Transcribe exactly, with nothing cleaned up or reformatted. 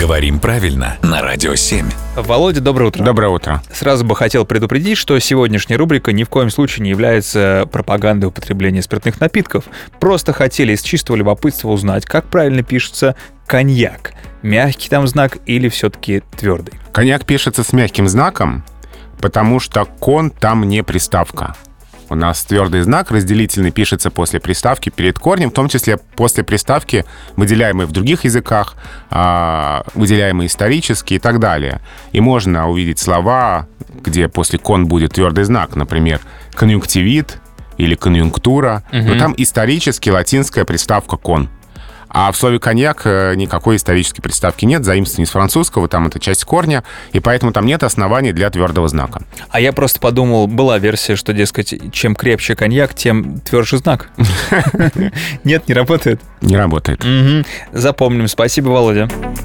Говорим правильно на Радио семь. Володя, доброе утро. Доброе утро. Сразу бы хотел предупредить, что сегодняшняя рубрика ни в коем случае не является пропагандой употребления спиртных напитков. Просто хотели из чистого любопытства узнать, как правильно пишется коньяк. Мягкий там знак или все-таки твердый? Коньяк пишется с мягким знаком, потому что кон там не приставка. У нас твердый знак разделительный пишется после приставки перед корнем, в том числе после приставки, выделяемой в других языках, выделяемой исторически и так далее. И можно увидеть слова, где после кон будет твердый знак, например, конъюнктивит или конъюнктура, угу. но там исторически латинская приставка кон. А в слове «коньяк» никакой исторической приставки нет, заимствование из французского, там это часть корня, и поэтому там нет оснований для твердого знака. А я просто подумал, была версия, что, дескать, чем крепче коньяк, тем тверже знак. Нет, не работает? Не работает. Запомним. Спасибо, Володя.